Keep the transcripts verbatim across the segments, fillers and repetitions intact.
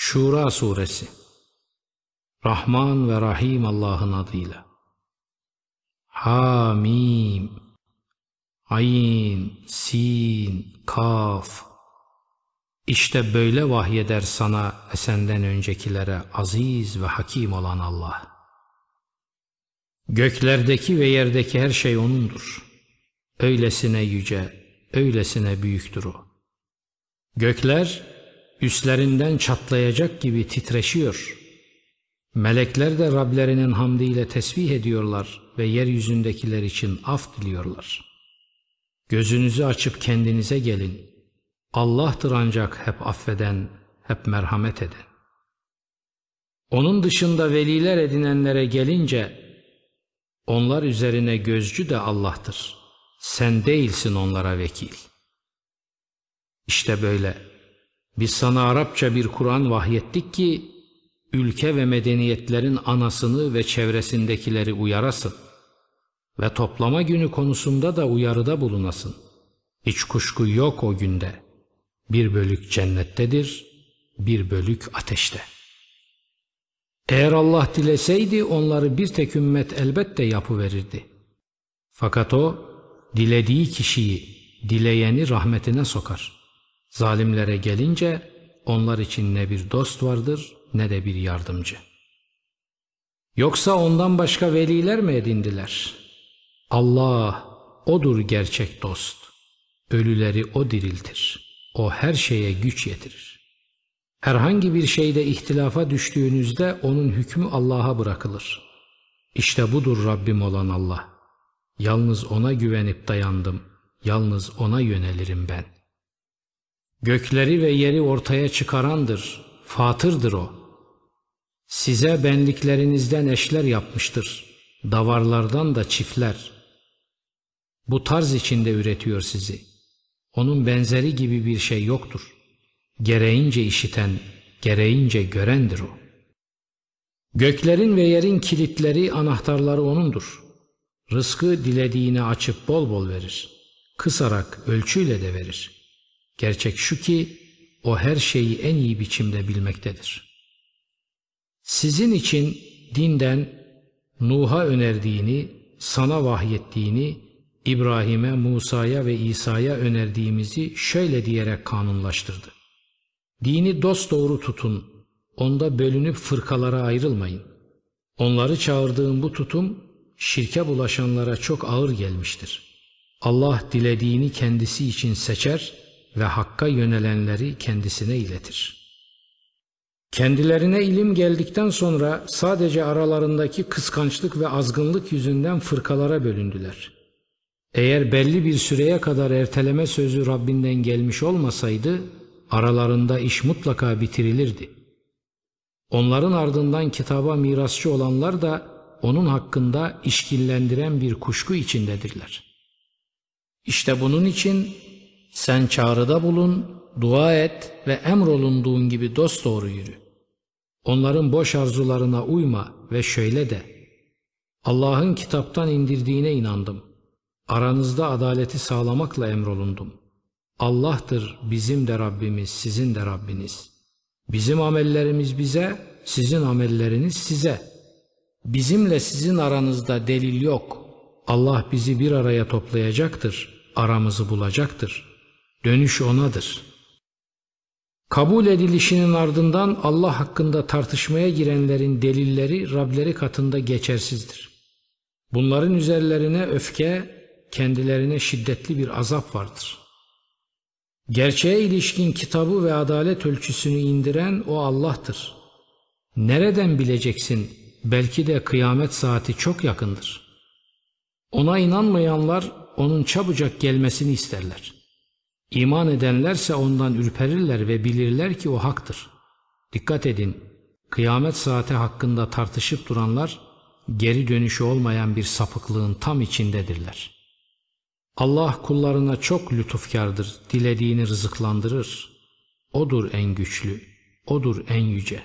Şura Suresi. Rahman ve Rahim Allah'ın adıyla. Hamim. Ayn, Sin, Kaf. İşte böyle vahyeder sana ve senden öncekilere aziz ve hakim olan Allah. Göklerdeki ve yerdeki her şey O'nundur. Öylesine yüce, öylesine büyüktür O. Gökler üstlerinden çatlayacak gibi titreşiyor. Melekler de Rablerinin hamdiyle tesbih ediyorlar ve yeryüzündekiler için af diliyorlar. Gözünüzü açıp kendinize gelin. Allah'tır ancak hep affeden, hep merhamet eden. Onun dışında veliler edinenlere gelince, onlar üzerine gözcü de Allah'tır. Sen değilsin onlara vekil. İşte böyle. Biz sana Arapça bir Kur'an vahyettik ki, ülke ve medeniyetlerin anasını ve çevresindekileri uyarasın ve toplama günü konusunda da uyarıda bulunasın. Hiç kuşku yok o günde. Bir bölük cennettedir, bir bölük ateşte. Eğer Allah dileseydi onları bir tek ümmet elbette yapıverirdi. Fakat O, dilediği kişiyi, dileyeni rahmetine sokar. Zalimlere gelince onlar için ne bir dost vardır ne de bir yardımcı. Yoksa ondan başka veliler mi edindiler? Allah, O'dur gerçek dost. Ölüleri O diriltir. O her şeye güç yetirir. Herhangi bir şeyde ihtilafa düştüğünüzde onun hükmü Allah'a bırakılır. İşte budur Rabbim olan Allah. Yalnız O'na güvenip dayandım. Yalnız O'na yönelirim ben. Gökleri ve yeri ortaya çıkarandır, Fatırdır O. Size benliklerinizden eşler yapmıştır, davarlardan da çiftler. Bu tarz içinde üretiyor sizi. Onun benzeri gibi bir şey yoktur. Gereğince işiten, gereğince görendir O. Göklerin ve yerin kilitleri, anahtarları O'nundur. Rızkı dilediğine açıp bol bol verir. Kısarak, ölçüyle de verir. Gerçek şu ki, O her şeyi en iyi biçimde bilmektedir. Sizin için dinden Nuh'a önerdiğini, sana vahyettiğini, İbrahim'e, Musa'ya ve İsa'ya önerdiğimizi şöyle diyerek kanunlaştırdı. Dini dosdoğru tutun, onda bölünüp fırkalara ayrılmayın. Onları çağırdığım bu tutum, şirke bulaşanlara çok ağır gelmiştir. Allah dilediğini kendisi için seçer ve hakka yönelenleri kendisine iletir. Kendilerine ilim geldikten sonra sadece aralarındaki kıskançlık ve azgınlık yüzünden fırkalara bölündüler. Eğer belli bir süreye kadar erteleme sözü Rabbinden gelmiş olmasaydı, aralarında iş mutlaka bitirilirdi. Onların ardından kitaba mirasçı olanlar da onun hakkında işkillendiren bir kuşku içindedirler. İşte bunun için sen çağrıda bulun, dua et ve emrolunduğun gibi dosdoğru yürü. Onların boş arzularına uyma ve şöyle de: Allah'ın kitaptan indirdiğine inandım. Aranızda adaleti sağlamakla emrolundum. Allah'tır bizim de Rabbimiz, sizin de Rabbiniz. Bizim amellerimiz bize, sizin amelleriniz size. Bizimle sizin aranızda delil yok. Allah bizi bir araya toplayacaktır, aramızı bulacaktır. Dönüş O'nadır. Kabul edilişinin ardından Allah hakkında tartışmaya girenlerin delilleri Rableri katında geçersizdir. Bunların üzerlerine öfke, kendilerine şiddetli bir azap vardır. Gerçeğe ilişkin kitabı ve adalet ölçüsünü indiren O Allah'tır. Nereden bileceksin? Belki de kıyamet saati çok yakındır. Ona inanmayanlar O'nun çabucak gelmesini isterler. İman edenlerse Ondan ürperirler ve bilirler ki O haktır. Dikkat edin, kıyamet saati hakkında tartışıp duranlar, geri dönüşü olmayan bir sapıklığın tam içindedirler. Allah kullarına çok lütufkardır, dilediğini rızıklandırır. O'dur en güçlü, O'dur en yüce.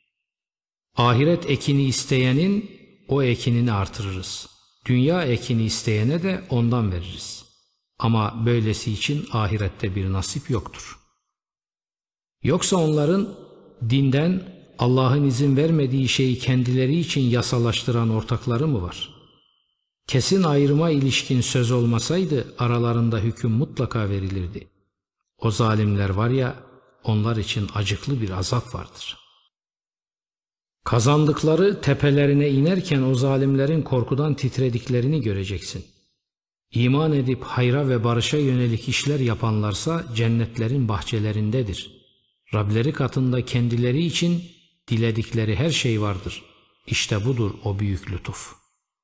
Ahiret ekini isteyenin o ekinini artırırız. Dünya ekini isteyene de ondan veririz. Ama böylesi için ahirette bir nasip yoktur. Yoksa onların dinden Allah'ın izin vermediği şeyi kendileri için yasalaştıran ortakları mı var? Kesin ayrıma ilişkin söz olmasaydı aralarında hüküm mutlaka verilirdi. O zalimler var ya, onlar için acıklı bir azap vardır. Kazandıkları tepelerine inerken o zalimlerin korkudan titrediklerini göreceksin. İman edip hayra ve barışa yönelik işler yapanlarsa cennetlerin bahçelerindedir. Rableri katında kendileri için diledikleri her şey vardır. İşte budur o büyük lütuf.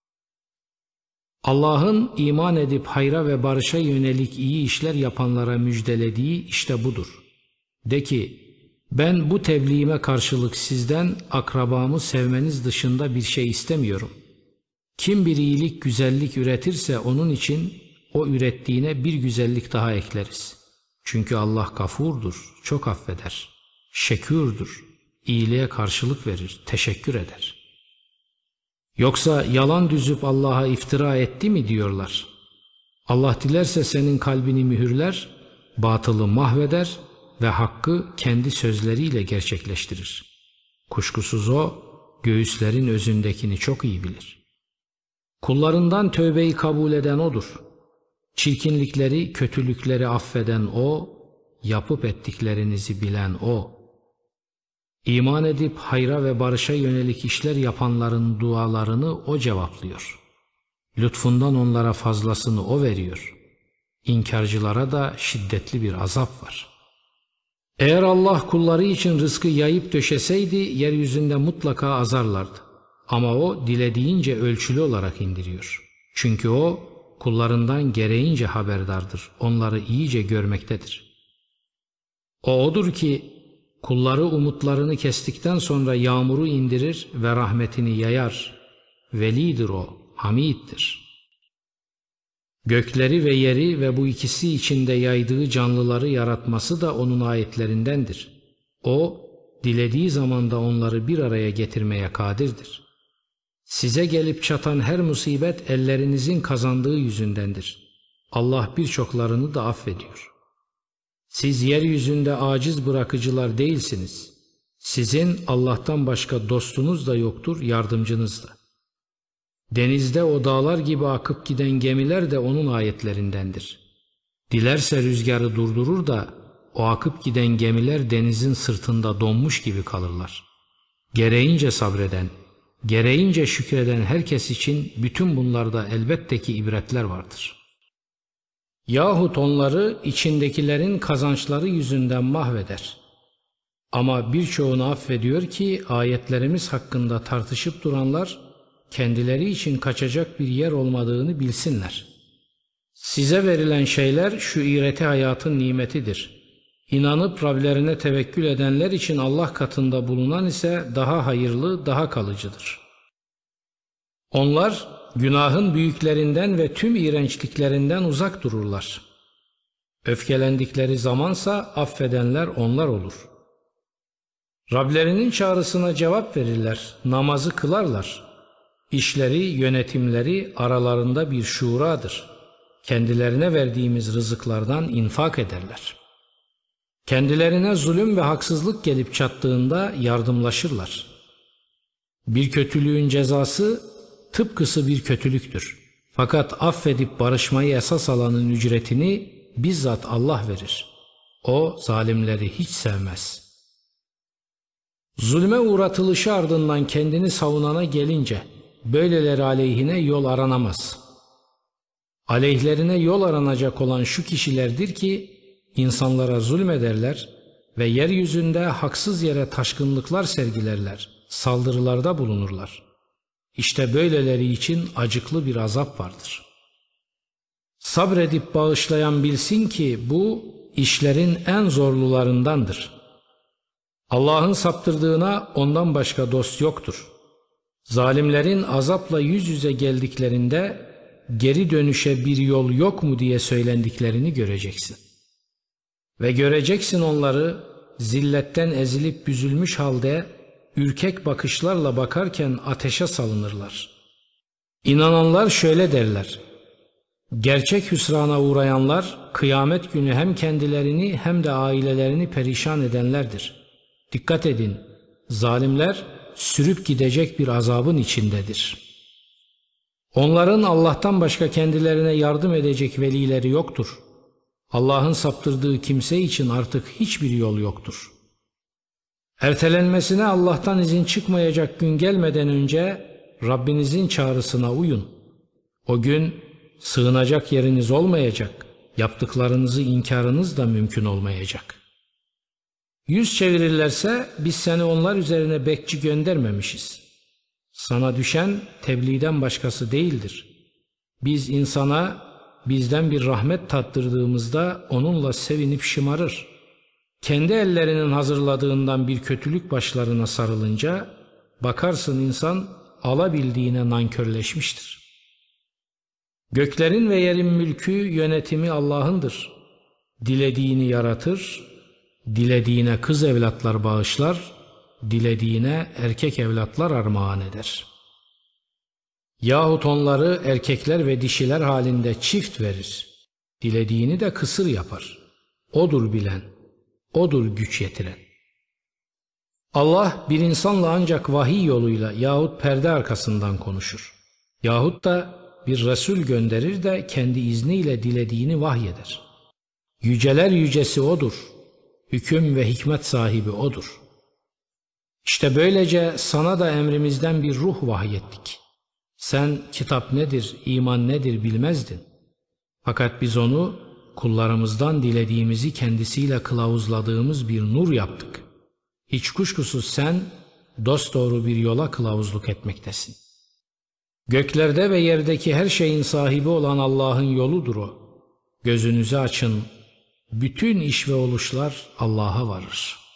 Allah'ın iman edip hayra ve barışa yönelik iyi işler yapanlara müjdelediği işte budur. De ki, ben bu tebliğime karşılık sizden akrabamı sevmeniz dışında bir şey istemiyorum. Kim bir iyilik, güzellik üretirse onun için o ürettiğine bir güzellik daha ekleriz. Çünkü Allah gafurdur, çok affeder, şekürdür, iyiliğe karşılık verir, teşekkür eder. Yoksa yalan düzüp Allah'a iftira etti mi diyorlar. Allah dilerse senin kalbini mühürler, batılı mahveder ve hakkı kendi sözleriyle gerçekleştirir. Kuşkusuz o, göğüslerin özündekini çok iyi bilir. Kullarından tövbeyi kabul eden O'dur. Çirkinlikleri, kötülükleri affeden O, yapıp ettiklerinizi bilen O. İman edip hayra ve barışa yönelik işler yapanların dualarını O cevaplıyor. Lütfundan onlara fazlasını O veriyor. İnkarcılara da şiddetli bir azap var. Eğer Allah kulları için rızkı yayıp döşeseydi yeryüzünde mutlaka azarlardı. Ama O dilediğince ölçülü olarak indiriyor. Çünkü O kullarından gereğince haberdardır. Onları iyice görmektedir. O odur ki kulları umutlarını kestikten sonra yağmuru indirir ve rahmetini yayar. Velidir O, hamiddir. Gökleri ve yeri ve bu ikisi içinde yaydığı canlıları yaratması da O'nun ayetlerindendir. O, dilediği zamanda onları bir araya getirmeye kadirdir. Size gelip çatan her musibet ellerinizin kazandığı yüzündendir. Allah birçoklarını da affediyor. Siz yeryüzünde aciz bırakıcılar değilsiniz. Sizin Allah'tan başka dostunuz da yoktur, yardımcınız da. Denizde o dağlar gibi akıp giden gemiler de O'nun ayetlerindendir. Dilerse rüzgarı durdurur da o akıp giden gemiler denizin sırtında donmuş gibi kalırlar. Gereğince sabreden, gereğince şükreden herkes için bütün bunlarda elbette ki ibretler vardır. Yahut onları içindekilerin kazançları yüzünden mahveder. Ama birçoğunu affediyor ki ayetlerimiz hakkında tartışıp duranlar kendileri için kaçacak bir yer olmadığını bilsinler. Size verilen şeyler şu iğreti hayatın nimetidir. İnanıp Rablerine tevekkül edenler için Allah katında bulunan ise daha hayırlı, daha kalıcıdır. Onlar günahın büyüklerinden ve tüm iğrençliklerinden uzak dururlar. Öfkelendikleri zamansa affedenler onlar olur. Rablerinin çağrısına cevap verirler, namazı kılarlar. İşleri, yönetimleri aralarında bir şuradır. Kendilerine verdiğimiz rızıklardan infak ederler. Kendilerine zulüm ve haksızlık gelip çattığında yardımlaşırlar. Bir kötülüğün cezası tıpkısı bir kötülüktür. Fakat affedip barışmayı esas alanın ücretini bizzat Allah verir. O zalimleri hiç sevmez. Zulme uğratılışı ardından kendini savunana gelince böyleleri aleyhine yol aranamaz. Aleyhlerine yol aranacak olan şu kişilerdir ki insanlara zulmederler ve yeryüzünde haksız yere taşkınlıklar sergilerler, saldırılarda bulunurlar. İşte böyleleri için acıklı bir azap vardır. Sabredip bağışlayan bilsin ki bu işlerin en zorlularındandır. Allah'ın saptırdığına ondan başka dost yoktur. Zalimlerin azapla yüz yüze geldiklerinde geri dönüşe bir yol yok mu diye söylendiklerini göreceksin. Ve göreceksin onları zilletten ezilip büzülmüş halde ürkek bakışlarla bakarken ateşe salınırlar. İnananlar şöyle derler: gerçek hüsrana uğrayanlar kıyamet günü hem kendilerini hem de ailelerini perişan edenlerdir. Dikkat edin, zalimler sürüp gidecek bir azabın içindedir. Onların Allah'tan başka kendilerine yardım edecek velileri yoktur. Allah'ın saptırdığı kimse için artık hiçbir yol yoktur. Ertelenmesine Allah'tan izin çıkmayacak gün gelmeden önce Rabbinizin çağrısına uyun. O gün sığınacak yeriniz olmayacak, yaptıklarınızı inkarınız da mümkün olmayacak. Yüz çevirirlerse biz seni onlar üzerine bekçi göndermemişiz. Sana düşen tebliğden başkası değildir. Biz insana bizden bir rahmet tattırdığımızda onunla sevinip şımarır. Kendi ellerinin hazırladığından bir kötülük başlarına sarılınca bakarsın insan alabildiğine nankörleşmiştir. Göklerin ve yerin mülkü, yönetimi Allah'ındır. Dilediğini yaratır, dilediğine kız evlatlar bağışlar, dilediğine erkek evlatlar armağan eder. Yahut onları erkekler ve dişiler halinde çift verir. Dilediğini de kısır yapar. Odur bilen, odur güç yetiren. Allah bir insanla ancak vahiy yoluyla yahut perde arkasından konuşur. Yahut da bir Resul gönderir de kendi izniyle dilediğini vahyeder. Yüceler yücesi odur. Hüküm ve hikmet sahibi odur. İşte böylece sana da emrimizden bir ruh vahyettik. Sen kitap nedir, iman nedir bilmezdin. Fakat biz onu kullarımızdan dilediğimizi kendisiyle kılavuzladığımız bir nur yaptık. Hiç kuşkusuz sen dosdoğru bir yola kılavuzluk etmektesin. Göklerde ve yerdeki her şeyin sahibi olan Allah'ın yoludur o. Gözünüzü açın, bütün iş ve oluşlar Allah'a varır.